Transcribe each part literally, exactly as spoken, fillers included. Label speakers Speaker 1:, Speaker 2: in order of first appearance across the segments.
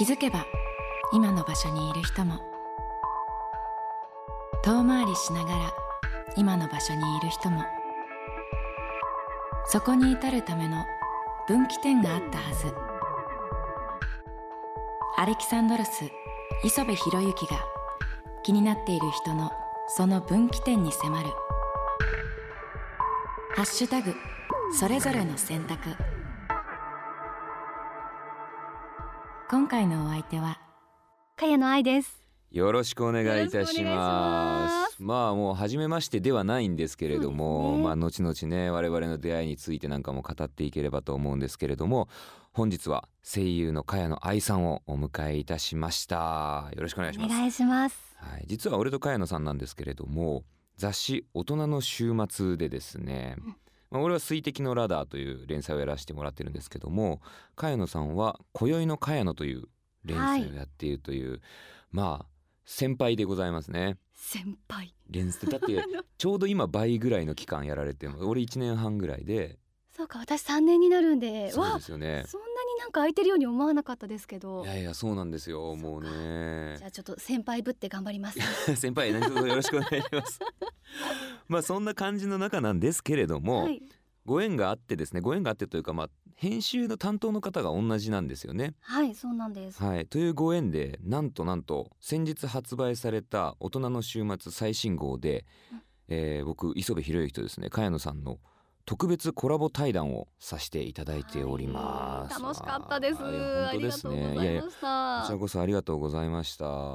Speaker 1: 気づけば今の場所にいる人も、遠回りしながら今の場所にいる人も、そこに至るための分岐点があったはず。アレキサンドロス磯部博之が気になっている人のその分岐点に迫る。ハッシュタグそれぞれの選択。今回のお相手は
Speaker 2: 茅野愛です。
Speaker 3: よろしくお願いいたします。
Speaker 2: よろしくお願いします。
Speaker 3: まあもう初めましてではないんですけれども、
Speaker 2: ね、
Speaker 3: まあ後々ね我々の出会いについてなんかも語っていければと思うんですけれども、本日は声優の茅野愛さんをお迎えいたしました。よろしくお願いします。
Speaker 2: お願いします。
Speaker 3: はい、実は俺と茅野さんなんですけれども、雑誌大人の週末でですね、うんまあ、俺は水滴のラダーという連載をやらせてもらってるんですけども、茅野さんは今宵の茅野という連載をやっているという、はい、まあ先輩でございますね。
Speaker 2: 先輩
Speaker 3: 連載だってちょうど今倍ぐらいの期間やられてる。俺いちねんはんぐらいで。
Speaker 2: そうか、私さんねんになるんで。
Speaker 3: そうですよね。
Speaker 2: そんなになんか空いてるように思わなかったですけど。
Speaker 3: いやいやそうなんですよ。もうね。
Speaker 2: じゃあちょっと先輩ぶって頑張ります
Speaker 3: 先輩何卒よろしくお願いしますまあそんな感じの中なんですけれども、はい、ご縁があってですね、ご縁があってというか、まあ編集の担当の方が同じなんですよね。
Speaker 2: はいそうなんです、
Speaker 3: はい、というご縁でなんとなんと先日発売された大人の週末最新号で、うんえー、僕磯部博之とですね茅野さんの特別コラボ対談をさせていただいております。
Speaker 2: 楽しかったです。
Speaker 3: 本当ですね。いやいやこちらこそありがとうございました。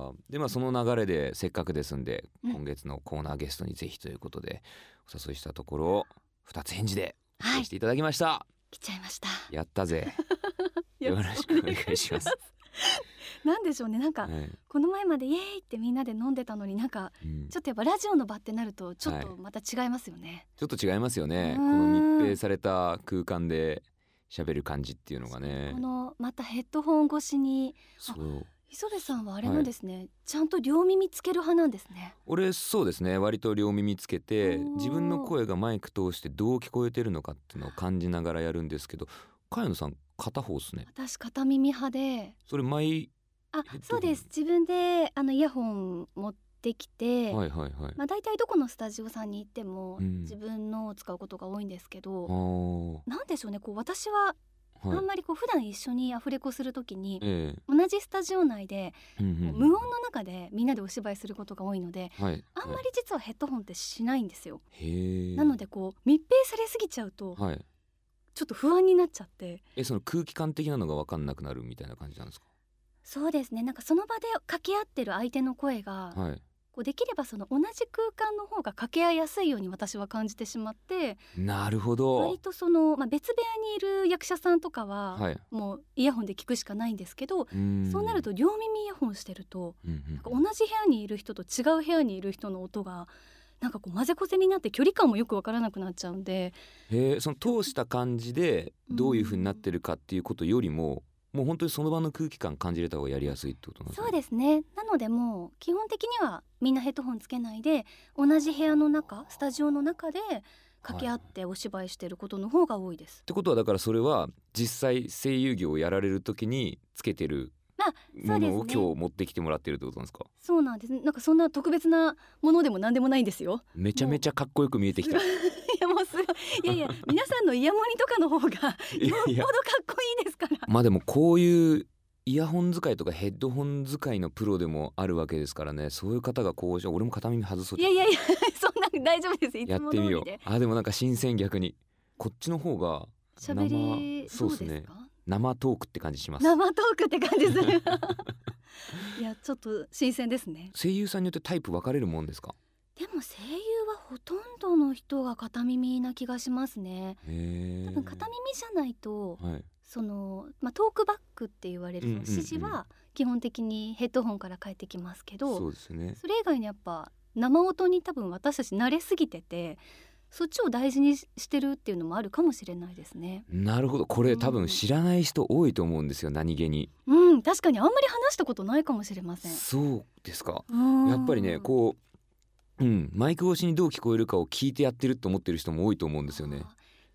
Speaker 3: でまあその流れでせっかくですんで、うん、今月のコーナーゲストにぜひということでお誘いしたところふたつ返事でおしていただきました、はい、
Speaker 2: 来ちゃいました。
Speaker 3: やったぜよろしくお願いします
Speaker 2: なんでしょうね、なんか、はい、この前までイエーイってみんなで飲んでたのになんか、うん、ちょっとやっぱラジオの場ってなるとちょっとまた違いますよね、はい、
Speaker 3: ちょっと違いますよね。この密閉された空間で喋る感じっていうのがね、
Speaker 2: このまたヘッドホン越しに。そう磯部さんはあれなんですね、はい、ちゃんと両耳つける派なんですね。
Speaker 3: 俺そうですね、割と両耳つけて自分の声がマイク通してどう聞こえてるのかっていうのを感じながらやるんですけど、茅野さん片方ですね。
Speaker 2: 私片耳派で。
Speaker 3: それマイ
Speaker 2: あ、そうです。自分であのイヤホン持ってきて、
Speaker 3: はいはいはい、
Speaker 2: まあ、大体どこのスタジオさんに行っても自分のを使うことが多いんですけど、うん、なんでしょうね、こう私はあんまりこう普段一緒にアフレコするときに、はい、同じスタジオ内で、うんうん、無音の中でみんなでお芝居することが多いので、はい、あんまり実はヘッドホンってしないんですよ。へなのでこう密閉されすぎちゃうと、はい、ちょっと不安になっちゃって。
Speaker 3: えその空気感的なのが分かんなくなるみたいな感じなんですか？
Speaker 2: そうですね、なんかその場で掛け合ってる相手の声が、はい、こうできればその同じ空間の方が掛け合いやすいように私は感じてしまって。
Speaker 3: なるほど。
Speaker 2: 割とその、まあ、別部屋にいる役者さんとかは、はい、もうイヤホンで聞くしかないんですけど、そうなると両耳イヤホンしてると、うんうん、なんか同じ部屋にいる人と違う部屋にいる人の音がなんかこう混ぜこぜになって距離感もよくわからなくなっちゃうんで。
Speaker 3: へその通した感じでどういう風になってるかっていうことよりも、もう本当にその場の空気感感じれた方がやりやすいってことなんですか？
Speaker 2: そうですね。なのでもう基本的にはみんなヘッドホンつけないで同じ部屋の中、スタジオの中で掛け合ってお芝居してることの方が多いです、はい、
Speaker 3: ってことはだからそれは実際声優業をやられる時につけてるものを今日持ってきてもらってるってことなんですか？
Speaker 2: そうなんです。なんかそんな特別なものでも何でもないんですよ。
Speaker 3: めちゃめちゃかっこよく見えてきたい
Speaker 2: やもうすいやいや皆さんのイヤモニとかの方がよっぽどかっこいいですから。
Speaker 3: まあでもこういうイヤホン使いとかヘッドホン使いのプロでもあるわけですからね。そういう方がこう、俺も片耳外そう。
Speaker 2: いやいやいやそんな大丈夫です。いつも通りで
Speaker 3: やってみよう。あでもなんか新鮮。逆にこっちの方が
Speaker 2: 喋りそうですね。
Speaker 3: 生トークって感じします。
Speaker 2: 生トークって感じするいやちょっと新鮮ですね。
Speaker 3: 声優さんによってタイプ分かれるもんですか？
Speaker 2: でも声優はほとんどの人が片耳な気がしますね。多分片耳じゃないと、はい、そのまあ、トークバックって言われるその指示は基本的にヘッドホンから返ってきますけど、
Speaker 3: そうですね、
Speaker 2: それ以外にやっぱ生音に多分私たち慣れすぎてて、そっちを大事にしてるっていうのもあるかもしれないですね。
Speaker 3: なるほど。これ多分知らない人多いと思うんですよ、何気に。
Speaker 2: うん、確かにあんまり話したことないかもしれません。
Speaker 3: そうですか。やっぱりねこう、うん、マイク越しにどう聞こえるかを聞いてやってると思ってる人も多いと思うんですよね。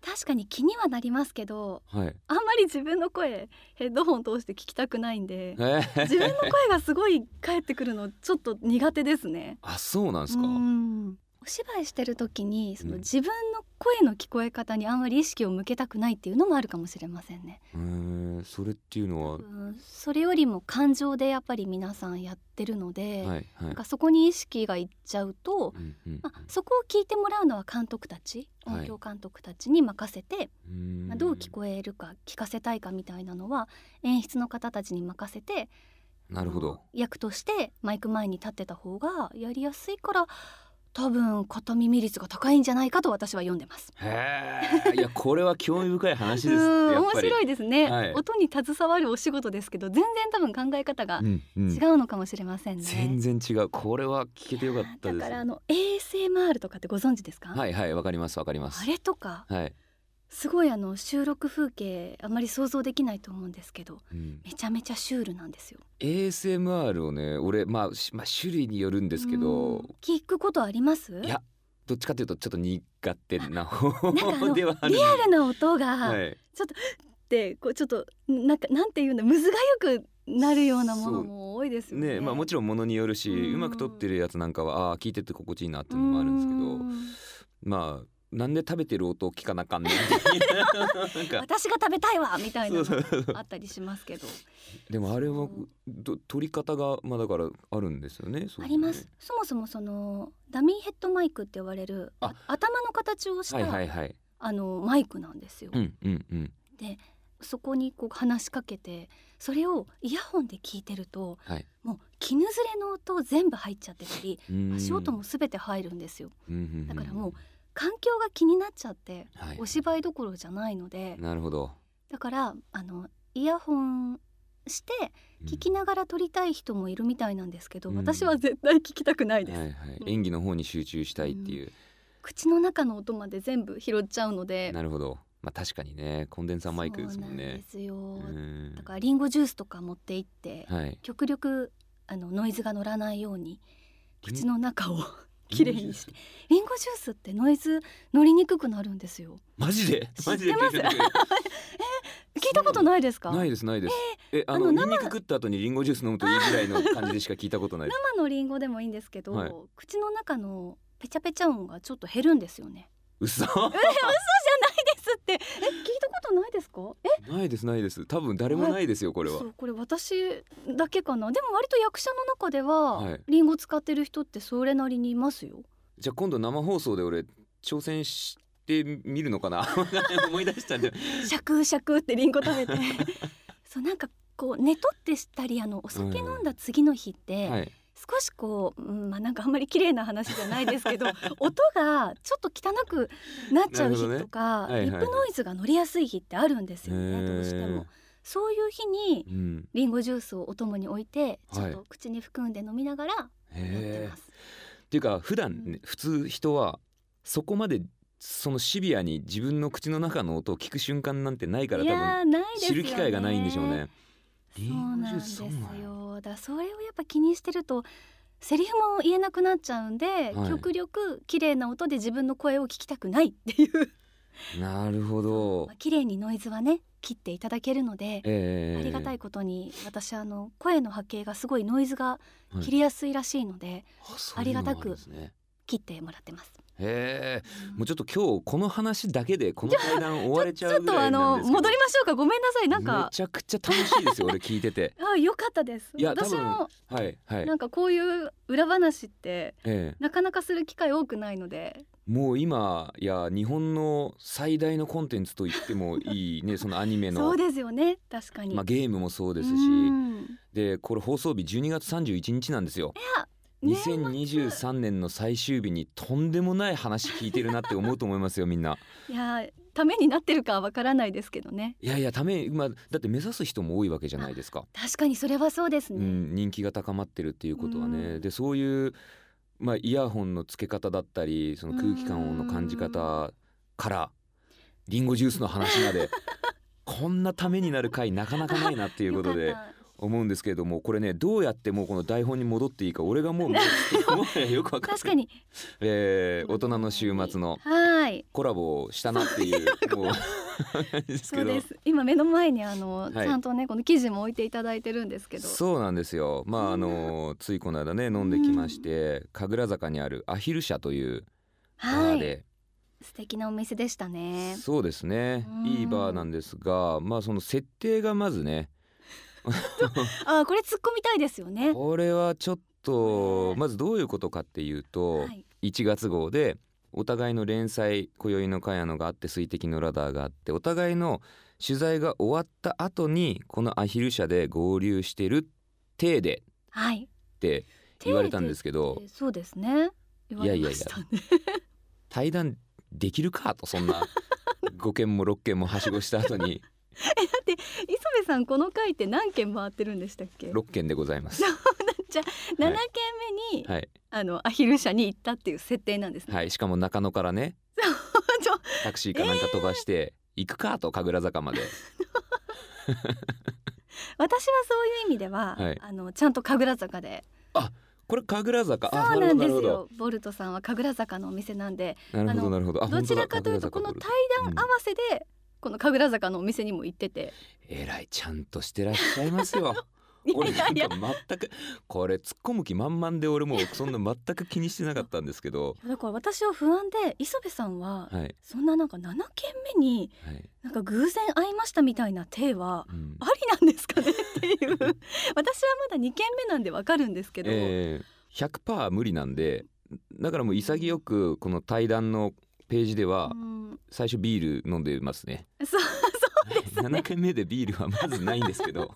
Speaker 2: 確かに気にはなりますけど、
Speaker 3: はい、
Speaker 2: あんまり自分の声ヘッドホン通して聞きたくないんで、えー、自分の声がすごい返ってくるのちょっと苦手ですね。
Speaker 3: あ、そうなんですか。うん、
Speaker 2: お芝居してる時にその自分の声の聞こえ方にあんまり意識を向けたくないっていうのもあるかもしれませんね。
Speaker 3: うーん、それっていうのは、
Speaker 2: うん、それよりも感情でやっぱり皆さんやってるので、
Speaker 3: はいはい、
Speaker 2: なんかそこに意識がいっちゃうと、
Speaker 3: うんうんうん、
Speaker 2: まあ、そこを聞いてもらうのは監督たち、音響監督たちに任せて、はい、まあ、どう聞こえるか聞かせたいかみたいなのは演出の方たちに任せて、
Speaker 3: なるほど、
Speaker 2: 役としてマイク前に立ってた方がやりやすいから、多分片耳率が高いんじゃないかと私は読んでます。
Speaker 3: へー、いやこれは興味深い話です
Speaker 2: うん、
Speaker 3: やっぱり
Speaker 2: 面白いですね、
Speaker 3: はい、
Speaker 2: 音に携わるお仕事ですけど全然多分考え方が違うのかもしれませんね、
Speaker 3: うんうん、全然違う。これは聞けてよかったです。
Speaker 2: だからあの エーエスエムアール とかってご存知ですか？
Speaker 3: はいはい、わかりますわかります。
Speaker 2: あれとか、
Speaker 3: はい、
Speaker 2: すごいあの収録風景あまり想像できないと思うんですけど、うん、めちゃめちゃシュールなんですよ。
Speaker 3: エーエスエムアール をね、俺、まあ、まあ種類によるんですけど、
Speaker 2: 聞くことあります？
Speaker 3: いや、どっちかというとちょっと苦手な方ではある。
Speaker 2: リアルな音がちょっとってこうちょっとなんかなんていうんだ、むずがよくなるようなものも多いですよ ね,
Speaker 3: ね、まあ、もちろんものによるし、うまく撮ってるやつなんかはあ聞いてて心地いいなっていうのもあるんですけど、まあなんで食べてる音を聞かなあかんねんなんか
Speaker 2: 私が食べたいわみたいなのあったりしますけど
Speaker 3: でもあれは取り方がまあだからあるんですよ ね, そうね。
Speaker 2: あります。そもそもそのダミーヘッドマイクって呼ばれるあ頭の形をした、はいはいはい、あのマイクなんですよ、
Speaker 3: うんうんうん、
Speaker 2: でそこにこう話しかけてそれをイヤホンで聞いてると、はい、もう絹ずれの音全部入っちゃってたり足音も全て入るんですよ。だからもう環境が気になっちゃって、はい、お芝居どころじゃないので、
Speaker 3: なるほど。
Speaker 2: だからあのイヤホンして聞きながら撮りたい人もいるみたいなんですけど、うん、私は絶対聞きたくないです、
Speaker 3: はいはい、演技の方に集中したいっていう、うん、
Speaker 2: 口の中の音まで全部拾っちゃうので。
Speaker 3: なるほど、まあ、確かにねコンデンサーマイクですもんね。
Speaker 2: そうなんですよ。だからリンゴジュースとか持って行って、はい、極力あのノイズが乗らないように口の中をきれいにして。リンゴジュースってノイズ乗りにくくなるんですよ。
Speaker 3: マジで？
Speaker 2: 知ってます？え聞いたことないですか？
Speaker 3: ないですないです。えー、えあのニンニク食った後にリンゴジュース飲むといいぐらいの感じでしか聞いたことないです。
Speaker 2: 生のリンゴでもいいんですけど、はい、口の中のペチャペチャ音がちょっと減るんですよね。
Speaker 3: 嘘？え
Speaker 2: 嘘じゃないですって。え聞いたことないですか？
Speaker 3: えないですないです。多分誰もないですよこれは。
Speaker 2: そうこれ私だけかな。でも割と役者の中では、はい、リンゴ使ってる人ってそれなりにいますよ。
Speaker 3: じゃあ今度生放送で俺挑戦してみるのかな思い出したんで
Speaker 2: シャクシャクってリンゴ食べてそうなんかこう寝とってしたりあのお酒飲んだ次の日って、うんはい、少しこう、うん、まあなんかあんまり綺麗な話じゃないですけど音がちょっと汚くなっちゃう日とか、ねはいはい、リップノイズが乗りやすい日ってあるんですよね。どうしてもそういう日に、うん、リンゴジュースをお供に置いてちょっと口に含んで飲みながらやってます。
Speaker 3: っていうか普段、ね、普通人はそこまでそのシビアに自分の口の中の音を聞く瞬間なんてないから、多分知る機会がないんでしょうね。
Speaker 2: そうなんですよ。だそれをやっぱ気にしてるとセリフも言えなくなっちゃうんで、はい、極力綺麗な音で自分の声を聞きたくないっていう
Speaker 3: なるほど、
Speaker 2: まあ、綺麗にノイズはね切っていただけるので、えー、ありがたいことに私あの声の波形がすごいノイズが切りやすいらしいので、はい、あ, ありがたく切ってもらってます。
Speaker 3: へー、うん、もうちょっと今日この話だけでこの対談終われちゃうぐらいなんですけど、
Speaker 2: ちょっとあの戻りましょうか。ごめんなさい。なんか
Speaker 3: めちゃくちゃ楽しいですよ俺聞いてて
Speaker 2: あよかったです。
Speaker 3: いや
Speaker 2: 私も、
Speaker 3: はいはい、
Speaker 2: なんかこういう裏話って、ええ、なかなかする機会多くないので、
Speaker 3: もう今いや日本の最大のコンテンツと言ってもいいねそのアニメの
Speaker 2: そうですよね。確かに、
Speaker 3: まあ、ゲームもそうですし、でこれ放送日じゅうにがつさんじゅういちにちなんですよ。
Speaker 2: いや
Speaker 3: にせんにじゅうさんねんの最終日にとんでもない話聞いてるなって思うと思いますよみんな。
Speaker 2: いやためになってるかはわからないですけどね。
Speaker 3: いやいやため、まあ、だって目指す人も多いわけじゃないですか。
Speaker 2: 確かにそれはそうですね、
Speaker 3: うん、人気が高まってるっていうことはね。でそういう、まあ、イヤホンの付け方だったりその空気感の感じ方からリンゴジュースの話までこんなためになる回なかなかないなっていうことで思うんですけれども、これねどうやってもうこの台本に戻っていいか俺がもうもはやよく分かんない
Speaker 2: 確かに、
Speaker 3: えー、大人の週末のコラボをしたなっていうもうですけど、
Speaker 2: そうです。今目の前にあの、はい、ちゃんとねこの記事も置いていただいてるんですけど、
Speaker 3: そうなんですよ。まああのついこの間ね飲んできまして、うん、神楽坂にあるアヒル社というバーで、はい、
Speaker 2: 素敵なお店でしたね。
Speaker 3: そうですね、いいバーなんですが、まあその設定がまずね
Speaker 2: あ、これ突っ込みたいですよね。
Speaker 3: これはちょっとまずどういうことかっていうと、はい、いちがつ号でお互いの連載今宵の茅野があって水滴のラダーがあって、お互いの取材が終わった後にこのアヒル社で合流してる体でって言われたんですけど、
Speaker 2: はい、そうですね、言われましたね。
Speaker 3: いやいやいや対談できるかと、そんなごけんもろっけんもはしごした後に
Speaker 2: えだって磯部さんこの回って何件回ってるんでしたっけ？
Speaker 3: ろっけんでございます。
Speaker 2: じゃあななけんめに、はい、あのアヒル社に行ったっていう設定なんですね。
Speaker 3: はい、しかも中野からねタクシーかなんか飛ばして、えー、行くかと神楽坂まで
Speaker 2: 私はそういう意味では、はい、あのちゃんと神楽坂で、
Speaker 3: あ、これ神楽坂、
Speaker 2: そうなんですよ。ボルトさんは神楽坂のお店なんで、
Speaker 3: なるほどなるほど、
Speaker 2: どちらかというとこの対談合わせで、うん、この神楽坂のお店にも行ってて、
Speaker 3: えらいちゃんとしてらっしゃいますよ俺なんか全くこれ突っ込む気満々で、俺もそんな全く気にしてなかったんですけど
Speaker 2: だから私は不安で、磯部さんはそんななんかななけんめになんか偶然会いましたみたいな体はありなんですかねっていう、うん、私はまだにけんめなんでわかるんですけど、
Speaker 3: えー、ひゃくパーセント 無理なんで、だからもう潔くこの対談のページでは最初ビール飲んでますね。
Speaker 2: そうそうですね。
Speaker 3: ななけんめでビールはまずないんですけど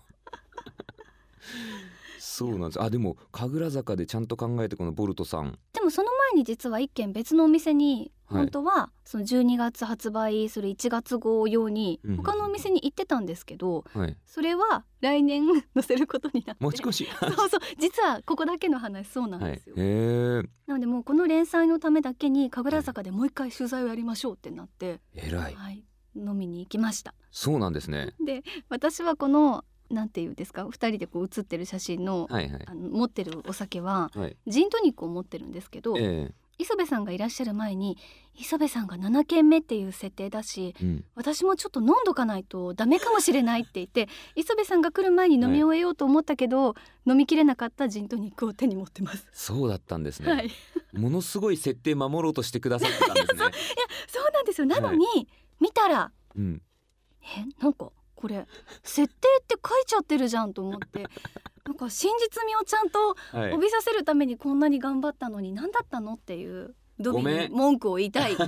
Speaker 3: そうなんです。あ、でも神楽坂でちゃんと考えてこのボルトさん、
Speaker 2: でもその前に実はいっけん別のお店に、はい、本当はそのじゅうにがつ発売するいちがつ号用に他のお店に行ってたんですけど、うんはい、それは来年載せることになって、
Speaker 3: 持ち越し
Speaker 2: そうそう、実はここだけの話そうなんですよ、
Speaker 3: はい、へー。
Speaker 2: なのでもうこの連載のためだけに神楽坂でもう一回取材をやりましょうってなって、
Speaker 3: えらい、
Speaker 2: はい、飲みに行きました。
Speaker 3: そうなんですね。
Speaker 2: で私はこのなんていうんですか、ふたりでこう写ってる写真の、はいはい、あの持ってるお酒は、はい、ジントニックを持ってるんですけど、えー、磯部さんがいらっしゃる前に磯部さんがななけんめっていう設定だし、うん、私もちょっと飲んどかないとダメかもしれないって言って磯部さんが来る前に飲み終えようと思ったけど、はい、飲みきれなかったジントニックを手に持ってます。
Speaker 3: そうだったんですね、
Speaker 2: はい、も
Speaker 3: のすごい設定守ろうとしてくださってたんですね。いや、
Speaker 2: そうなんですよ。なのに、はい、見たら、
Speaker 3: うん、
Speaker 2: えなんかこれ設定って書いちゃってるじゃんと思ってなんか真実味をちゃんと帯びさせるためにこんなに頑張ったのに何だったのっていうドビーに文句を言いたい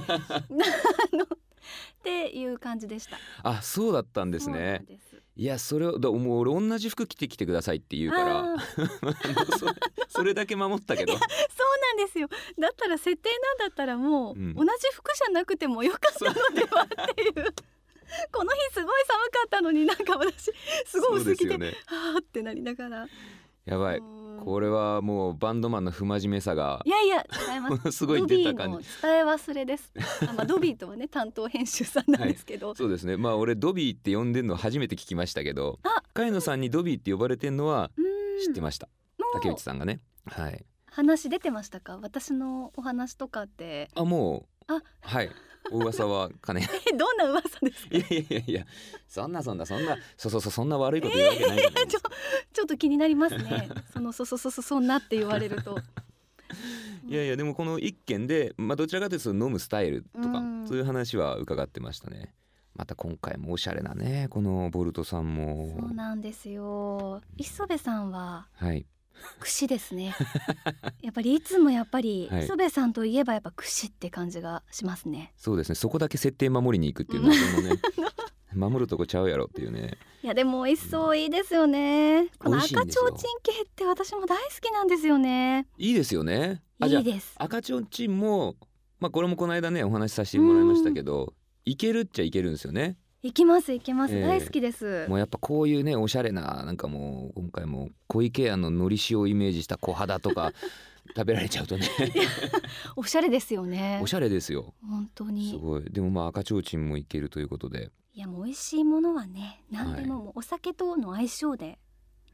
Speaker 2: っていう感じでした。
Speaker 3: あ、そうだったんですね。
Speaker 2: です。
Speaker 3: いや、それをもう俺同じ服着てきてくださいって言うからそ, れそれだけ守ったけど。
Speaker 2: そうなんですよ。だったら設定なんだったらもう、うん、同じ服じゃなくてもよかったのではっていうこの日すごい寒かったのになんか私すごい薄着で、ね、はーってなりながら、
Speaker 3: やばい、これはもうバンドマンの不真面目さが、
Speaker 2: いやいや違います
Speaker 3: すごい出た感じ。
Speaker 2: ドビーの伝え忘れですあ、まあ、ドビーとはね担当編集さんなんですけど、
Speaker 3: はい、そうですね。まあ俺ドビーって呼んでんの初めて聞きましたけど、茅野さんにドビーって呼ばれてんのは知ってました。竹内さんがね、はい、
Speaker 2: 話出てましたか？私のお話とかって。
Speaker 3: あ、もう、あ、はい、お噂はかね
Speaker 2: どんな噂ですか？
Speaker 3: いやいやいや、そんなそんなそんなそうそうそう、そんな悪いこと言うわけないじゃないですか。
Speaker 2: えー、ちょ, ちょっと気になりますねそのそそそそそんなって言われると
Speaker 3: いやいや、でもこの一件で、まあ、どちらかというと飲むスタイルとかそういう話は伺ってましたね。また今回もおしゃれなね、このボルトさんも。
Speaker 2: そうなんですよ。磯部さんは、
Speaker 3: はい、
Speaker 2: 串ですねやっぱりいつもやっぱり、はい、磯部さんといえばやっぱ串って感じがしますね。
Speaker 3: そうですね。そこだけ設定守りに行くっていうのはね守るとこちゃうやろっていうね。
Speaker 2: いやでも美味しそう、いいですよね、うん、この赤ちょうちん系って私も大好きなんですよね。
Speaker 3: いいですよね。
Speaker 2: あ、いいです。
Speaker 3: 赤ちょうちんも、まあ、これもこの間ねお話しさせてもらいましたけど、いけるっちゃいけるんですよね。
Speaker 2: 行きます行きます、えー、大好きです。
Speaker 3: もうやっぱこういうねおしゃれな、なんかもう今回も小池屋ののり塩をイメージした小肌とか食べられちゃうとね
Speaker 2: おしゃれですよね。
Speaker 3: おしゃれですよ
Speaker 2: 本当に。
Speaker 3: すごい。でもまあ赤ちょうちんもいけるということで、
Speaker 2: いやもう美味しいものはね何でも、もうお酒との相性で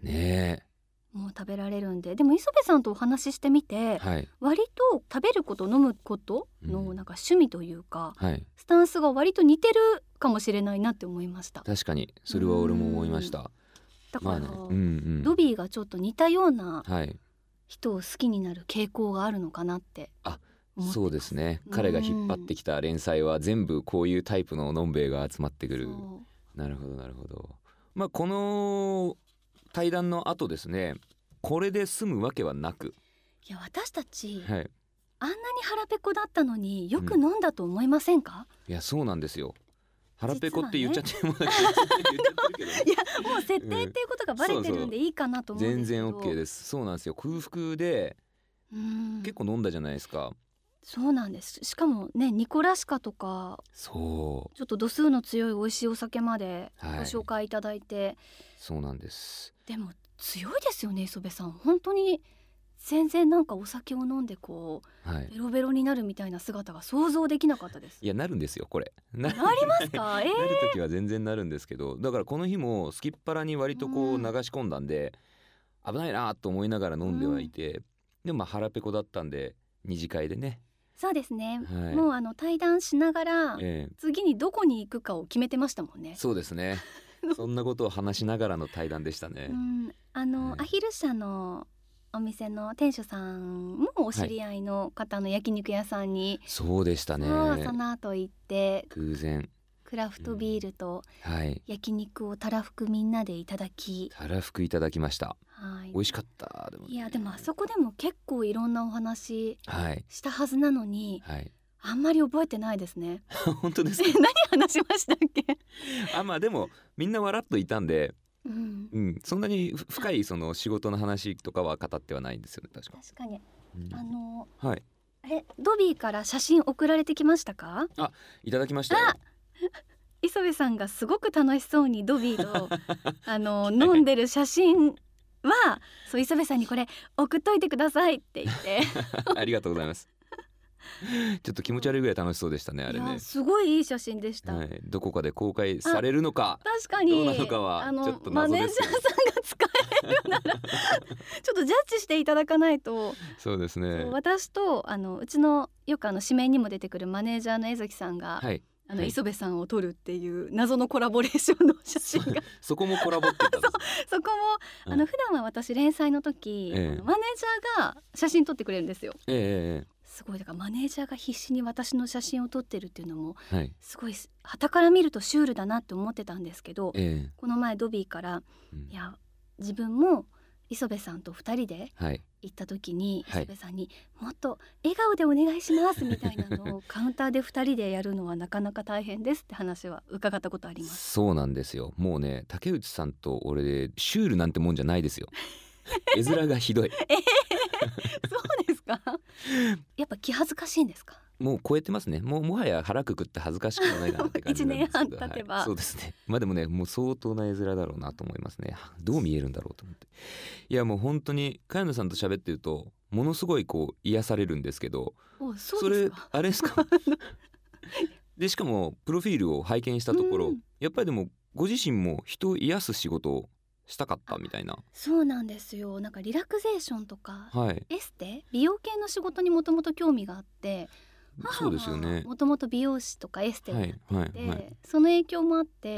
Speaker 3: ねえ
Speaker 2: もう食べられるんで。でも磯部さんとお話ししてみて、はい、割と食べること飲むことのなんか趣味というか、うんはい、スタンスが割と似てるかもしれないなって思いました。
Speaker 3: 確かにそれは俺も思いました。
Speaker 2: だから、まあねうんうん、ドビーがちょっと似たような人を好きになる傾向があるのかなって思ってます。
Speaker 3: あ、そうですね。彼が引っ張ってきた連載は全部こういうタイプののんべえが集まってくる。なるほどなるほど。まあこの対談の後ですね、これで済むわけはなく、
Speaker 2: いや私たち、はい、あんなに腹ペコだったのによく飲んだと思いませんか？
Speaker 3: うん、いやそうなんですよ。腹ペコって言っちゃっても、ね、いや
Speaker 2: もう設定っていうことがバレてるんでいいかなと思うんですけど、
Speaker 3: 全然 OK です。そうなんですよ。空腹で結構飲んだじゃないですか。
Speaker 2: そうなんです。しかもねニコラシカとか
Speaker 3: そう
Speaker 2: ちょっと度数の強い美味しいお酒までご紹介いただいて、はい、
Speaker 3: そうなんです。
Speaker 2: でも強いですよね磯部さん。本当に全然なんかお酒を飲んでこう、はい、ベロベロになるみたいな姿が想像できなかったです。
Speaker 3: いやなるんですよこれ。
Speaker 2: なりますか？えー、
Speaker 3: なる時は全然なるんですけど、だからこの日もすきっ腹に割とこう流し込んだんで、うん、危ないなと思いながら飲んではいて、うん、でもまあ腹ペコだったんで二次会でね。
Speaker 2: そうですね、はい、もうあの対談しながら、えー、次にどこに行くかを決めてましたもんね。
Speaker 3: そうですねそんなことを話しながらの対談でしたね。
Speaker 2: うんあの、はい、アヒル社のお店の店主さんもお知り合いの方の焼肉屋さんに、
Speaker 3: はい、そうでしたね。
Speaker 2: その後行って
Speaker 3: 偶然
Speaker 2: クラフトビールと焼肉をたらふくみんなでいただき、
Speaker 3: たらふくいただきました。はい、美味しかった。でもね、
Speaker 2: いやでもあそこでも結構いろんなお話したはずなのに、はいはい、あんまり覚えてないですね
Speaker 3: 本当ですか？
Speaker 2: 何話しましたっけ？
Speaker 3: あまあでもみんな笑っといたんで、うんうん、そんなに深いその仕事の話とかは語ってはないんですよね。確か
Speaker 2: 確かに、うん、あの
Speaker 3: はい、
Speaker 2: あれドビーから写真送られてきましたか？
Speaker 3: あ、いただきましたよ。
Speaker 2: 磯部さんがすごく楽しそうにドビーとあの飲んでる写真はそう磯部さんにこれ送っといてくださいって言って
Speaker 3: ありがとうございます。ちょっと気持ち悪いぐらい楽ししそうでしたねあれね。
Speaker 2: いやすごいいい写真でした、
Speaker 3: はい、どこかで公開されるのか
Speaker 2: 確かに
Speaker 3: どうなのかはちょっと謎です。
Speaker 2: マネージャーさんが使えるならちょっとジャッジしていただかないと。
Speaker 3: そうですね。
Speaker 2: 私とあのうちのよくあの紙面にも出てくるマネージャーの江崎さんが、はい、あの、はい、磯部さんを撮るっていう謎のコラボレーションの写真が
Speaker 3: そ, そこもコラボってたんです
Speaker 2: そ, そこもあの、うん、普段は私連載の時、ええ、あのマネージャーが写真撮ってくれるんですよ。ええ、すごいだからマネージャーが必死に私の写真を撮ってるっていうのも、はい、すごい傍から見るとシュールだなって思ってたんですけど、ええ、この前ドビーから、うん、いや自分も磯部さんとふたりで行った時に、はい、磯部さんにもっと笑顔でお願いしますみたいなのをカウンターでふたりでやるのはなかなか大変ですって話は伺ったことあります。
Speaker 3: そうなんですよ。もうね竹内さんと俺でシュールなんてもんじゃないですよ絵面がひどい
Speaker 2: えー、そうですか？やっぱ気恥ずかしいんですか？
Speaker 3: もう超えてますね。もうもはや腹くくって恥ずかしくもないかなって感じなんですけど
Speaker 2: いちねんはん経てば、
Speaker 3: はい、そうですね。まあでもねもう相当な絵面だろうなと思いますね。どう見えるんだろうと思って。いやもう本当に茅野さんと喋ってるとものすごいこう癒されるんですけど、
Speaker 2: そうですか？
Speaker 3: それあれですかでしかもプロフィールを拝見したところ、うん、やっぱりでもご自身も人を癒す仕事をしたかったみたいな。
Speaker 2: そうなんですよ。なんかリラクゼーションとか、はい、エステ美容系の仕事にもともと興味があって、
Speaker 3: そうですよね。
Speaker 2: もともと美容師とかエステをやってて、はいはいはい、その影響もあって、うん、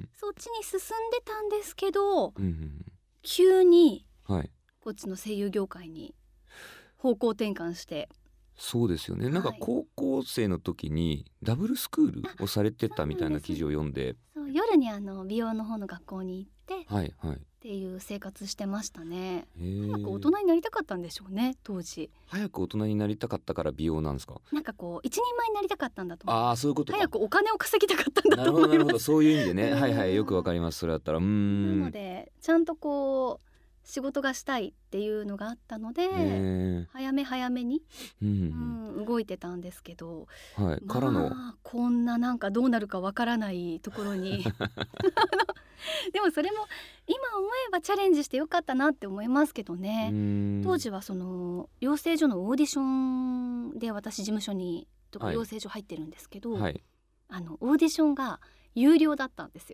Speaker 2: そっちに進んでたんですけど、うんうん、急にこっちの声優業界に方向転換して。
Speaker 3: そうですよね。なんか高校生の時にダブルスクールをされてたみたいな記事を読んで、
Speaker 2: そう夜にあの美容の方の学校に行って、
Speaker 3: はいはい、
Speaker 2: っていう生活してましたね。早く大人になりたかったんでしょうね当時。
Speaker 3: 早く大人になりたかったから美容なんですか？
Speaker 2: なんかこう一人前になりたかったんだと思う。
Speaker 3: ああそういうことか。
Speaker 2: 早くお金を稼ぎたかったんだと思います。
Speaker 3: なるほどなるほど、そういう意味でねはいはいよくわかります。それだったらうーん
Speaker 2: なのでちゃんとこう仕事がしたいっていうのがあったので早め早めに、うんうん、動いてたんですけど、
Speaker 3: はい、からの、
Speaker 2: まあ、こんななんかどうなるかわからないところにでもそれも今思えばチャレンジしてよかったなって思いますけどね。当時はその養成所のオーディションで私事務所にとか養成所入ってるんですけど、はい、あのオーディションが有料だったんですよ。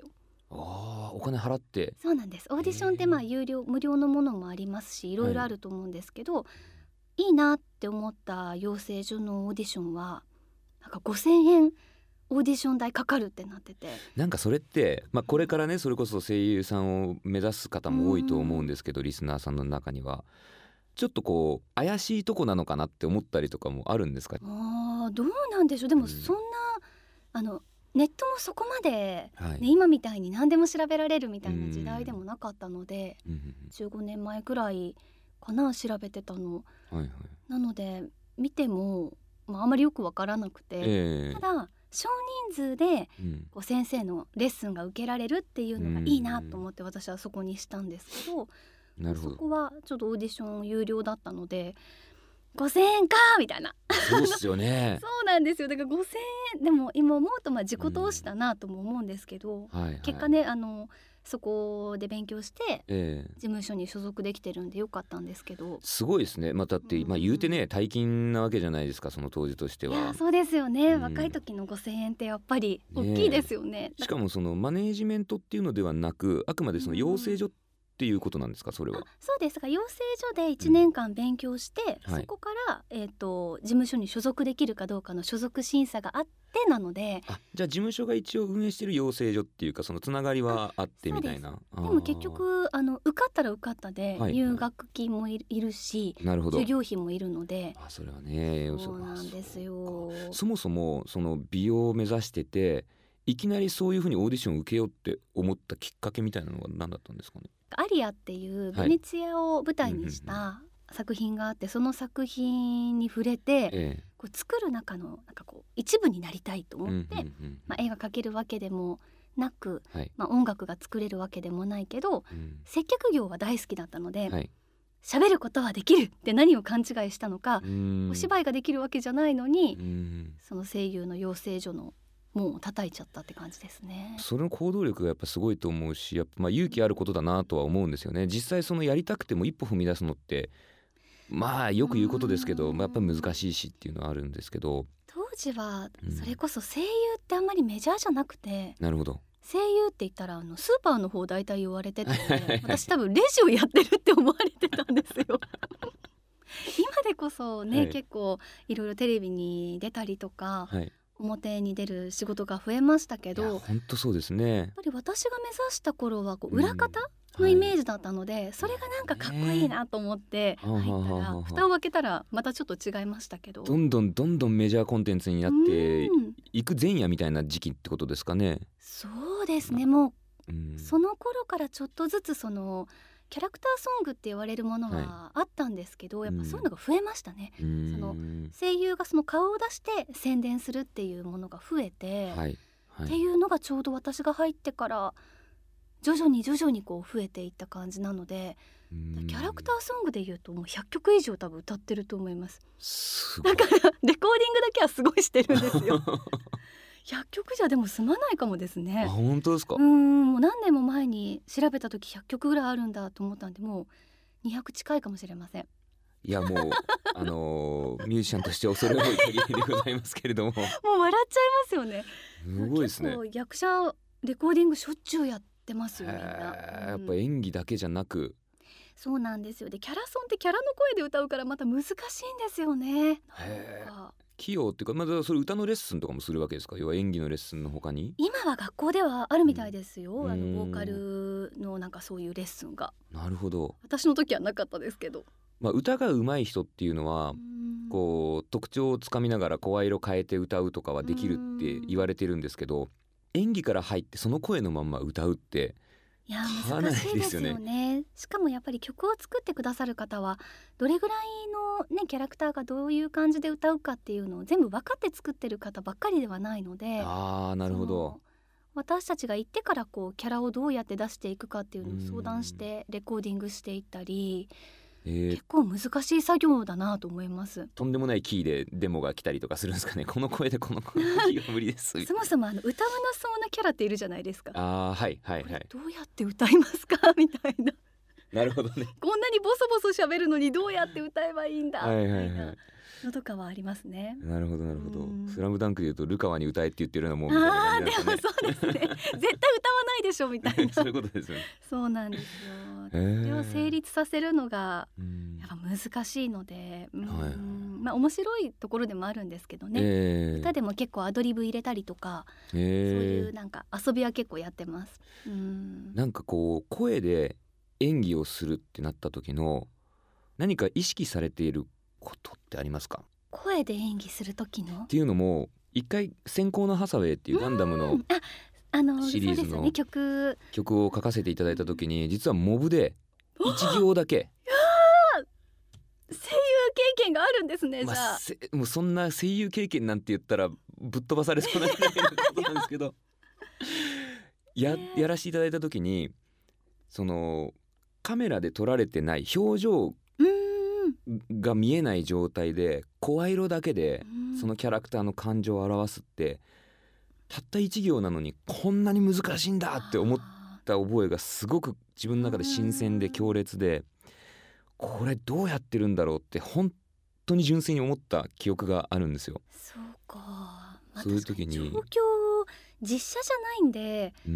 Speaker 3: あ、お金払って。
Speaker 2: そうなんです。オーディションってまあ有料無料のものもありますし、いろいろあると思うんですけど、はい、いいなって思った養成所のオーディションはなんかごせんえんオーディション代かかるってなってて、
Speaker 3: なんかそれって、まあ、これからねそれこそ声優さんを目指す方も多いと思うんですけど、リスナーさんの中にはちょっとこう怪しいとこなのかなって思ったりとかもあるんですか？
Speaker 2: あー、どうなんでしょう。でもそんな、うん、あのネットもそこまで、ね、はい、今みたいに何でも調べられるみたいな時代でもなかったので、うん、じゅうごねんまえくらいかな調べてたの、はいはい、なので見ても、まあ、あまりよくわからなくて、えー、ただ少人数でこう先生のレッスンが受けられるっていうのがいいなと思って私はそこにしたんですけど、なるほど、そこはちょっとオーディション有料だったのでごせんえんかみたいな。
Speaker 3: そうですよね
Speaker 2: そうなんですよ。だからごせんえんでも今思うとまあ自己投資だなとも思うんですけど、うん、はいはい、結果ねあのそこで勉強して、えー、事務所に所属できてるんでよかったんですけど、
Speaker 3: すごいですね。まあ、だって、うん、まあ、言うてね大金なわけじゃないですか、その当時としては。
Speaker 2: いやそうですよね、うん、若い時のごせんえんってやっぱり大きいですよね。
Speaker 3: ね、しかもそのマネージメントっていうのではなく、あくまでその養成所っていうことなんですか、それは。
Speaker 2: そうですが、養成所でいちねんかん勉強して、うん、そこから、えーと、事務所に所属できるかどうかの所属審査があってなので。
Speaker 3: あ、じゃあ事務所が一応運営している養成所っていうか、そのつながりはあってみたいな。
Speaker 2: でも結局あの受かったら受かったで、はい、入学金も い, いるし、なるほど、授業費もいるので。
Speaker 3: あ、それはね、
Speaker 2: そうなんですよ。
Speaker 3: そもそもその美容を目指してて、いきなりそういうふうにオーディションを受けようって思ったきっかけみたいなのは何だったんですかね。
Speaker 2: アリアっていうベネツィアを舞台にした作品があって、その作品に触れて、ええ、こう作る中のなんかこう一部になりたいと思って、まあ、絵が描けるわけでもなく、はい、まあ、音楽が作れるわけでもないけど、うん、接客業は大好きだったので、はい、喋ることはできるって何を勘違いしたのか、お芝居ができるわけじゃないのに、その声優の養成所のもう叩いちゃったって感じですね。
Speaker 3: その行動力がやっぱすごいと思うし、やっぱまあ勇気あることだなとは思うんですよね。実際そのやりたくても一歩踏み出すのってまあよく言うことですけど、まあ、やっぱ難しいしっていうのはあるんですけど、
Speaker 2: 当時はそれこそ声優ってあんまりメジャーじゃなくて、
Speaker 3: うん、なるほど、
Speaker 2: 声優って言ったらあのスーパーの方大体言われてたので私多分レジをやってるって思われてたんですよ今でこそね、はい、結構いろいろテレビに出たりとか、はい、表に出る仕事が増えましたけど、
Speaker 3: 本当そうですね。やっ
Speaker 2: ぱり私が目指した頃はこう裏方のイメージだったので、うん、はい、それがなんかかっこいいなと思って入ったら、ね、蓋を開けたらまたちょっと違いましたけど、
Speaker 3: どんどんどんどんメジャーコンテンツになっていく前夜みたいな時期ってことですかね。
Speaker 2: そうですね、もう、うん、その頃からちょっとずつそのキャラクターソングって言われるものはあったんですけど、はい、やっぱそういうのが増えましたね、うん、その声優がその顔を出して宣伝するっていうものが増えて、はいはい、っていうのがちょうど私が入ってから徐々に徐々にこう増えていった感じなので、キャラクターソングでいうともうひゃっきょく以上多分歌ってると思います。
Speaker 3: す
Speaker 2: ごい。だからレコーディングだけはすごいしてるんですよひゃっきょくじゃでも済まないかもですね。
Speaker 3: あ、本当ですか。
Speaker 2: うーん、もう何年も前に調べた時ひゃっきょくぐらいあるんだと思ったんで、もうにひゃく近いかもしれません。
Speaker 3: いやもうあのー、ミュージシャンとして恐れ多い限りでございますけれどももう
Speaker 2: 笑っちゃいますよね。
Speaker 3: すごいですね。
Speaker 2: 結構役者レコーディングしょっちゅうやってますよみんな、
Speaker 3: うん、やっぱ演技だけじゃなく。
Speaker 2: そうなんですよ。でキャラソンってキャラの声で歌うからまた難しいんですよね。
Speaker 3: へー、器用っていうか、まだそれ歌のレッスンとかもするわけですか。要は演技のレッスンの他に
Speaker 2: 今は学校ではあるみたいですよ、うん、あのボーカルのなんかそういうレッスンが。
Speaker 3: なるほど。
Speaker 2: 私の時はなかったですけど、
Speaker 3: まあ、歌が上手い人っていうのはこう特徴をつかみながら声色変えて歌うとかはできるって言われてるんですけど、演技から入ってその声のまんま歌うって
Speaker 2: いや難しいですよね。しかもやっぱり曲を作ってくださる方はどれぐらいの、ね、キャラクターがどういう感じで歌うかっていうのを全部分かって作ってる方ばっかりではないので、
Speaker 3: あー、なるほど。
Speaker 2: 私たちが行ってからこうキャラをどうやって出していくかっていうのを相談してレコーディングしていったり、えー、結構難しい作業だなと思います。
Speaker 3: とんでもないキーでデモが来たりとかするんですかね。この声でこの声のキーが無理です
Speaker 2: そもそもあの歌わなそうなキャラっているじゃないですか。
Speaker 3: あー、はいはいはい。
Speaker 2: どうやって歌いますかみたいな
Speaker 3: なるほどね。
Speaker 2: こんなにボソボソ喋るのにどうやって歌えばいいんだみたいな、
Speaker 3: はいはいはい
Speaker 2: のとかはありますね。
Speaker 3: なるほどなるほど、
Speaker 2: うん、
Speaker 3: スラムダンクで言うとルカワに歌えって言ってるようなもんみたいな感じなんですかね。
Speaker 2: あでもそうですね絶対歌わないでしょみたいな
Speaker 3: そういうことですよね。
Speaker 2: そうなんですよ。
Speaker 3: えー、
Speaker 2: それを成立させるのが
Speaker 3: うん
Speaker 2: やっぱ難しいので、うん
Speaker 3: はいはい、
Speaker 2: まあ面白いところでもあるんですけどね、
Speaker 3: えー、
Speaker 2: 歌でも結構アドリブ入れたりとか、えー、そういうなんか遊びは結構やってます。うん、
Speaker 3: なんかこう声で演技をするってなった時の何か意識されていることってありますか？
Speaker 2: 声で演技する時の
Speaker 3: っていうのも一回先行のハサウェイっていうガンダムの
Speaker 2: あの
Speaker 3: シリーズの
Speaker 2: 曲
Speaker 3: 曲を書かせていただいた時に実はモブで一行だけ
Speaker 2: 声優経験があるんですね。じゃあ、
Speaker 3: まあ、もうそんな声優経験なんて言ったらぶっ飛ばされそうなぐらいのことなんですけどや, やらせていただいた時にそのカメラで撮られてない表情が見えない状態で声色だけでそのキャラクターの感情を表すってたった一行なのにこんなに難しいんだって思った覚えがすごく自分の中で新鮮で強烈で、これどうやってるんだろうって本当に純粋に思った記憶があるんですよ。
Speaker 2: そうか、まあ、
Speaker 3: そういう時に
Speaker 2: 状況実写じゃないんで、うん、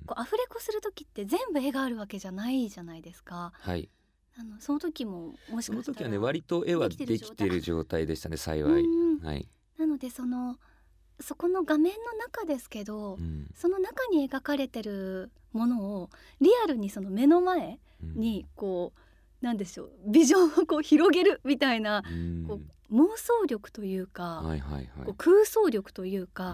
Speaker 2: こうアフレコする時って全部絵があるわけじゃないじゃないですか。
Speaker 3: はい、
Speaker 2: あのその時ももしかしたら
Speaker 3: その時はね割と絵はできてる状態でしたね幸い、はい、
Speaker 2: なのでそのそこの画面の中ですけど、うん、その中に描かれてるものをリアルにその目の前にこう、うん、なんでしょうビジョンをこう広げるみたいな、うん、こう妄想力というか、はいはいはい、こう空想力というか、うん、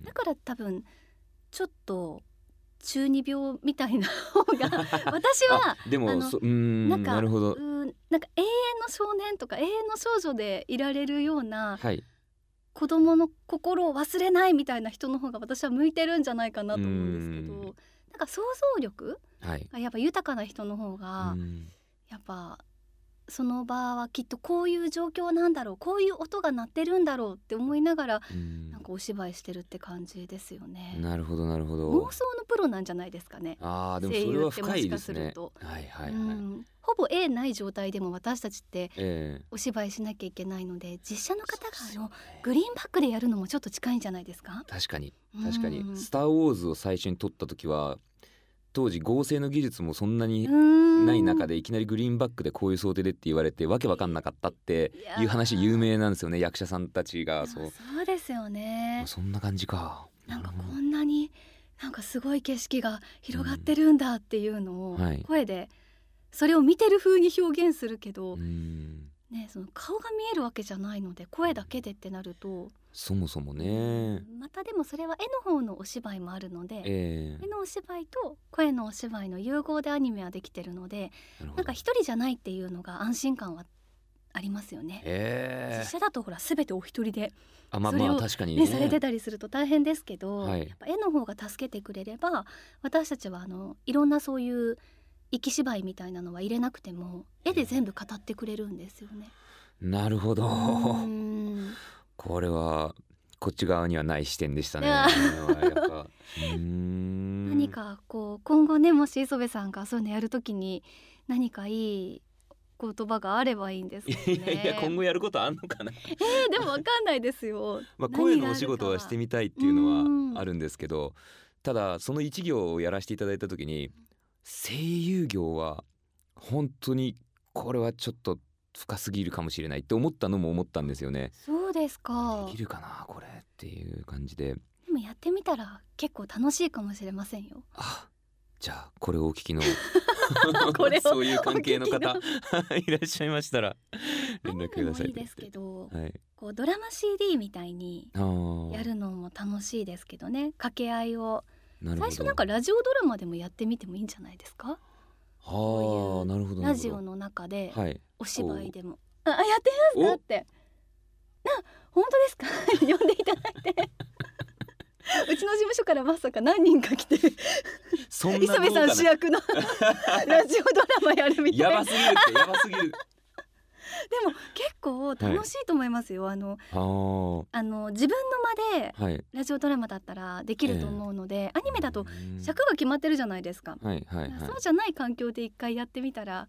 Speaker 2: だから多分ちょっと中二病みたいな方が私は
Speaker 3: でもそうん
Speaker 2: なんか
Speaker 3: なるほど
Speaker 2: うんなんか永遠の少年とか永遠の少女でいられるような、はい、子供の心を忘れないみたいな人の方が私は向いてるんじゃないかなと思うんですけど、なんか想像力がやっぱ豊かな人の方がやっぱその場はきっとこういう状況なんだろうこういう音が鳴ってるんだろうって思いながらなんかお芝居してるって感じですよね。
Speaker 3: なるほどなるほど。
Speaker 2: 妄想のプロなんじゃないですかね。
Speaker 3: あーでもそれは深いですね。はいはいはい、
Speaker 2: うんほぼ絵ない状態でも私たちってお芝居しなきゃいけないので、えー、実写の方があのグリーンバックでやるのもちょっと近いんじゃないですか。
Speaker 3: 確かに確かに、うん、スターウォーズを最初に撮った時は当時合成の技術もそんなにない中でいきなりグリーンバックでこういう想定でって言われてわけわかんなかったっていう話有名なんですよね。役者さんたちがそう
Speaker 2: そうですよね。
Speaker 3: そんな感じか。
Speaker 2: なんかこんなになんかすごい景色が広がってるんだっていうのを声でそれを見てる風に表現するけど、うんね、その顔が見えるわけじゃないので声だけでってなると
Speaker 3: そもそもね、
Speaker 2: またでもそれは絵の方のお芝居もあるので、えー、絵のお芝居と声のお芝居の融合でアニメはできてるので な, なんか一人じゃないっていうのが安心感はありますよね、えー、実写だとほら全てお一人で
Speaker 3: あ、まあまあ確かにね、
Speaker 2: されてたりすると大変ですけど、はい、やっぱ絵の方が助けてくれれば私たちはあのいろんなそういう生き芝居みたいなのは入れなくても絵で全部語ってくれるんですよね。
Speaker 3: なるほど。これはこっち側にはない視点でしたね。やっぱうーん
Speaker 2: 何かこう今後ねもし磯部さんがそういうのやるときに何かいい言葉があればいいんですけどね。
Speaker 3: いやいや今後やることあんのかな。
Speaker 2: えー、でもわかんないですよ。
Speaker 3: まあ声のお仕事はしてみたいっていうのはあるんですけど、ただその一行をやらせていただいたときに声優業は本当にこれはちょっと深すぎるかもしれないって思ったのも思ったんですよね。
Speaker 2: そうですか。
Speaker 3: できるかなこれっていう感じで。
Speaker 2: でもやってみたら結構楽しいかもしれませんよ。
Speaker 3: あ、じゃあこれをお聞きの
Speaker 2: これを
Speaker 3: そういう関係の方いらっしゃいましたら連絡ください。
Speaker 2: いいですけど、
Speaker 3: はい、
Speaker 2: こうドラマ シーディー みたいにやるのも楽しいですけどね。掛け合いを最初なんかラジオドラマでもやってみてもいいんじゃないですか。
Speaker 3: はあ、なるほど。
Speaker 2: ラジオの中でお芝居でも、はい、あ、やってみますかって。あ、本当ですか呼んでいただいてうちの事務所からまさか何人か来て
Speaker 3: そんな
Speaker 2: 磯部さん主役のラジオドラマやるみたいな。
Speaker 3: やばすぎるってやばすぎる
Speaker 2: でも結構楽しいと思いますよ、はい、あのあの自分の間でラジオドラマだったらできると思うので、はい、アニメだと尺が決まってるじゃないですか、はいはいはい、そうじゃない環境で一回やってみたら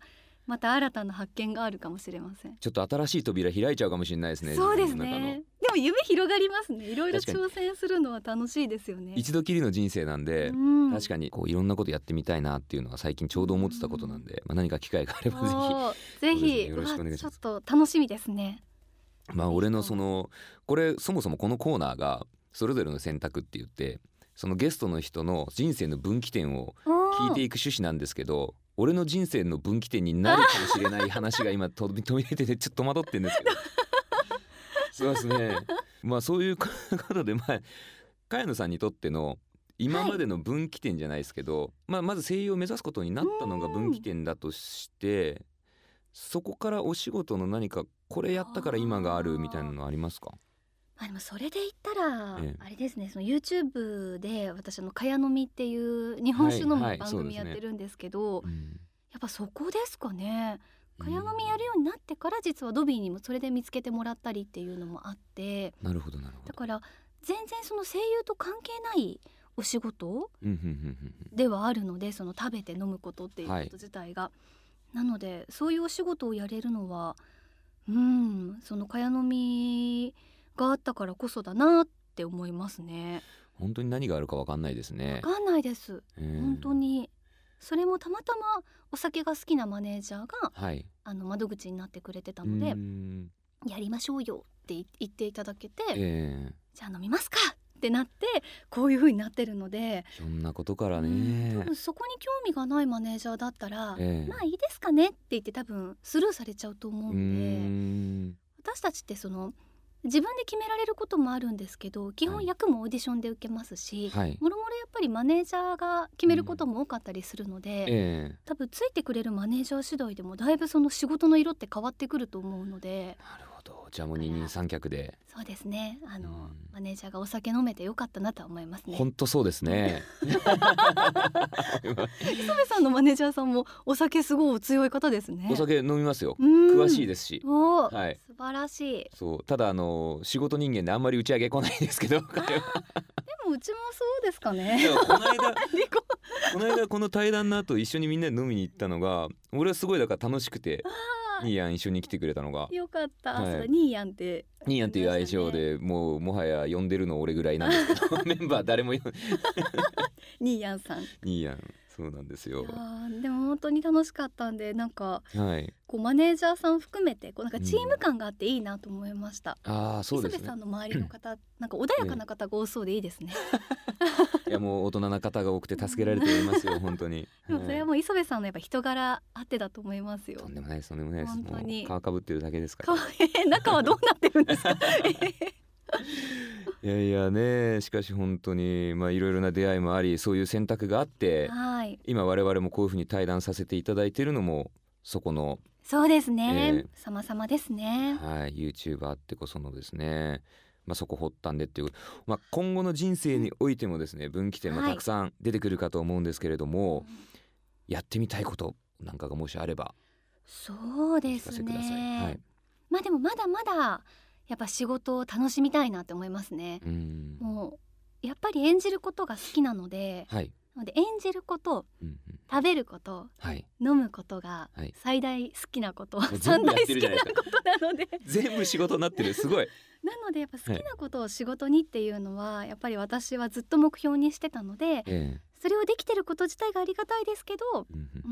Speaker 2: また新たな発見があるかもしれません。
Speaker 3: ちょっと新しい扉開いちゃうかもしれないですね。
Speaker 2: そうですね。でも夢広がりますね。いろいろ挑戦するのは楽しいですよね。
Speaker 3: 一度きりの人生なんで、うん、確かにこういろんなことやってみたいなっていうのは最近ちょうど思ってたことなんで、うん、まあ、何か機会があればぜひぜひよろしくお願いします。
Speaker 2: ちょっと楽しみですね。
Speaker 3: まあ俺のそのこれそもそもこのコーナーがそれぞれの選択って言ってそのゲストの人の人生の分岐点を聞いていく趣旨なんですけど、俺の人生の分岐点になるかもしれない話が今飛び飛び出ててちょっと戸惑ってるんですけどそうですね。まあそういうことで、まあ茅野さんにとっての今までの分岐点じゃないですけど、はい、まあ、まず声優を目指すことになったのが分岐点だとして、そこからお仕事の何かこれやったから今があるみたいなのありますか？
Speaker 2: まあ、でもそれで言ったら、ええ、あれですね、その YouTube で私あの茅飲みっていう日本酒飲む番組やってるんですけど、はいはい、ね、うん、やっぱそこですかね。茅飲みやるようになってから実はドビーにもそれで見つけてもらったりっていうのもあって、
Speaker 3: なるほどなるほど。
Speaker 2: だから全然その声優と関係ないお仕事ではあるので、その食べて飲むことっていうこと自体が、はい、なのでそういうお仕事をやれるのは、うん、その茅飲みがあったからこそだなって思いますね。
Speaker 3: 本当に何があるか分かんないですね。
Speaker 2: 分かんないです、本当に。それもたまたまお酒が好きなマネージャーが、はい、あの窓口になってくれてたので、やりましょうよって言っていただけて、えー、じゃあ飲みますかってなってこういう風になってるので、
Speaker 3: そんなことからね、
Speaker 2: 多分そこに興味がないマネージャーだったら、えー、まあいいですかねって言って多分スルーされちゃうと思うんで、私たちってその自分で決められることもあるんですけど、基本役もオーディションで受けますし、はい、もろもろやっぱりマネージャーが決めることも多かったりするので、うん、えー、多分ついてくれるマネージャー次第でもだいぶその仕事の色って変わってくると思うので。
Speaker 3: なるほど。じゃあもう二人三脚で。
Speaker 2: そうですね、あの、うん、マネージャーがお酒飲めてよかったなとは思いますね。
Speaker 3: 本当そうですね
Speaker 2: 磯部さんのマネージャーさんもお酒すごいお強い方ですね。
Speaker 3: お酒飲みますよ。詳しいですし、
Speaker 2: お、はい、素晴らしい。
Speaker 3: そうただあの仕事人間であんまり打ち上げ来ないですけどでも
Speaker 2: うちもそうですかね。
Speaker 3: この間この間この対談の後一緒にみんなで飲みに行ったのが俺はすごいだから楽しくて、ニーヤン一緒に来てくれたのが
Speaker 2: よかった、はい、そうニーヤンって
Speaker 3: ニーヤンっていう愛称でもうもはや呼んでるの俺ぐらいなんですけどメンバー誰もニ
Speaker 2: ーヤンさん
Speaker 3: ニーヤンそうなんですよ。
Speaker 2: でも本当に楽しかったんで、なんか、はい、こうマネージャーさん含めてこうなんかチーム感があっていいなと思いました、
Speaker 3: うん、あそうですね。
Speaker 2: 磯部さんの周りの方なんか穏やかな方が多そうでいいですね、
Speaker 3: いやもう大人な方が多くて助けられていますよ本当に。
Speaker 2: でもそれはもう磯部さんのやっぱ人柄あってだと思いますよ。
Speaker 3: とんでもないですとんでもないです。本当にもう皮かぶってるだけですから。
Speaker 2: 中はどうなってるんですか
Speaker 3: いやいやね、しかし本当にまあいろいろな出会いもあり、そういう選択があって、はい、今我々もこういうふうに対談させていただいているのもそこの
Speaker 2: そうですね、えー、様々ですね。
Speaker 3: はい、YouTube あってこそのですね、まあ、そこ発端でっていう、まあ、今後の人生においてもですね分岐点もたくさん出てくるかと思うんですけれども、はい、やってみたいことなんかがもしあれば
Speaker 2: そうですね、はい、まあでもまだまだやっぱ仕事を楽しみたいなって思いますね。うん、もうやっぱり演じることが好きなので、はい、なので演じること、うんうん、食べること、はい、飲むことが最大好きなこと、はい、三大好きなことなので
Speaker 3: 全部仕事になってるすごい
Speaker 2: なのでやっぱ好きなことを仕事にっていうのは、はい、やっぱり私はずっと目標にしてたので、ええ、それをできてること自体がありがたいですけど、うん、うん、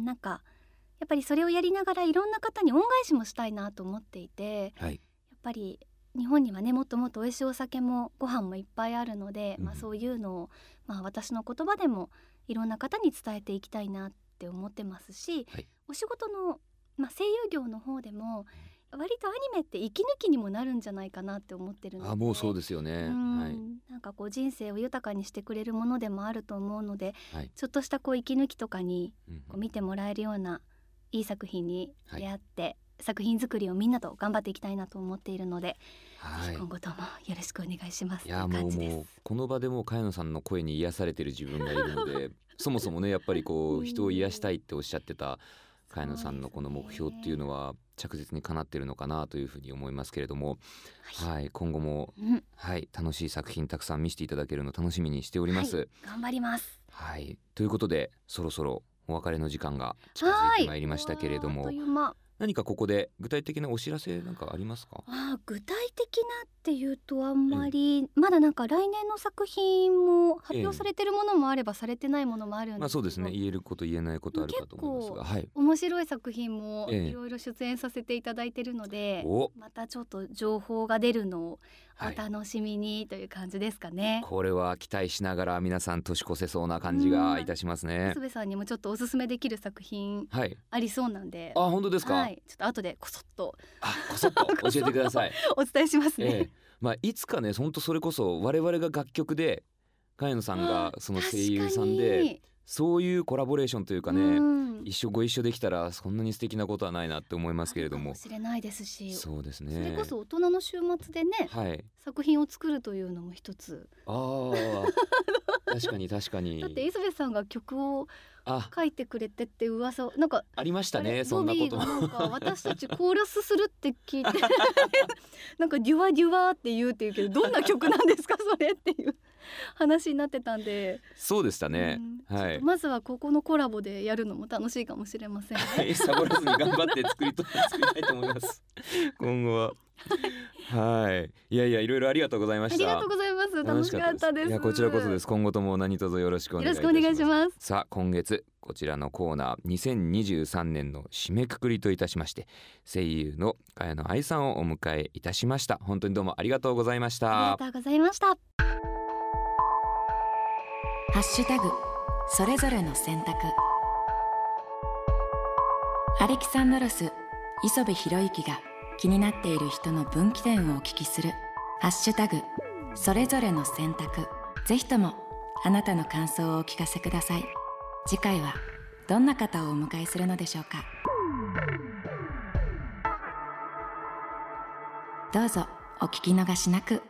Speaker 2: なんかやっぱりそれをやりながらいろんな方に恩返しもしたいなと思っていて、はい、やっぱり日本にはねもっともっと美味しいお酒もご飯もいっぱいあるので、うん、まあ、そういうのを、まあ、私の言葉でもいろんな方に伝えていきたいなって思ってますし、はい、お仕事の、まあ、声優業の方でも割とアニメって息抜きにもなるんじゃないかなって思ってるので、
Speaker 3: あもうそうですよね、
Speaker 2: うん、はい、なんかこう人生を豊かにしてくれるものでもあると思うので、はい、ちょっとしたこう息抜きとかにこう見てもらえるようないい作品に出会って、はい、作品作りをみんなと頑張っていきたいなと思っているので、はい、今後ともよろしくお願いします。
Speaker 3: いやもうもうこの場でも茅野さんの声に癒されてる自分がいるのでそもそもねやっぱりこう人を癒したいっておっしゃってた茅野さんのこの目標っていうのは着実にかなってるのかなというふうに思いますけれども、はい、はい、今後も、うん、はい、楽しい作品たくさん見せていただけるの楽しみにしております、はい、
Speaker 2: 頑張ります。
Speaker 3: はい、ということでそろそろお別れの時間が近づいてまいりましたけれども、何かここで具体的なお知らせなんかありますか？
Speaker 2: あ具体的なっていうとあんまり、まだなんか来年の作品も発表されてるものもあればされてないものもあるんですけど、
Speaker 3: まあ、そうですね、言えること言えないことあるかと思いますが、はい、
Speaker 2: 面白い作品もいろいろ出演させていただいてるので、またちょっと情報が出るのをお楽しみにという感じですかね、
Speaker 3: はい、これは期待しながら皆さん年越せそうな感じがいたしますね。
Speaker 2: 磯部さんにもちょっとおすすめできる作品ありそうなんで、
Speaker 3: はい、あ本当ですか、
Speaker 2: はい、ちょっと後でこそっと
Speaker 3: あこそっと教えてください
Speaker 2: お伝えしますね、えー
Speaker 3: まあ、いつかね本当それこそ我々が楽曲で茅野さんがその声優さんでそういうコラボレーションというかね、うん、一緒ご一緒できたらそんなに素敵なことはないなって思いますけれども、
Speaker 2: かもしれないですし、
Speaker 3: そうですね、
Speaker 2: それこそ大人の週末でね、はい、作品を作るというのも一つ、
Speaker 3: あ確かに確かに
Speaker 2: だって磯部さんが曲を書いてくれてって噂なんか
Speaker 3: ありましたね。そんなこと
Speaker 2: なんか私たちコーラスするって聞いてなんかデュワデュワって言うって言うけどどんな曲なんですかそれっていう話になってたんで、
Speaker 3: そうでしたね、
Speaker 2: うん、はい、まずはここのコラボでやるのも楽しいかもしれませんね、
Speaker 3: はい、サボらずに頑張って作りと作りたいと思います今後ははい、いやいやいろいろありがとうございました。
Speaker 2: ありがとうございます。楽しかったです。
Speaker 3: いやこちらこそです。今後とも何卒よろしくお願いいたします。
Speaker 2: よろしくお願いします。
Speaker 3: さあ今月こちらのコーナーにせんにじゅうさんねんの締めくくりといたしまして声優の茅野愛さんをお迎えいたしました。本当にどうもありがとうございました。
Speaker 2: ありがとうございました。
Speaker 1: ハッシュタグそれぞれの選択。アレキサンドロス磯部博之が気になっている人の分岐点をお聞きするハッシュタグそれぞれの選択。ぜひともあなたの感想をお聞かせください。次回はどんな方をお迎えするのでしょうか。どうぞお聞き逃しなく。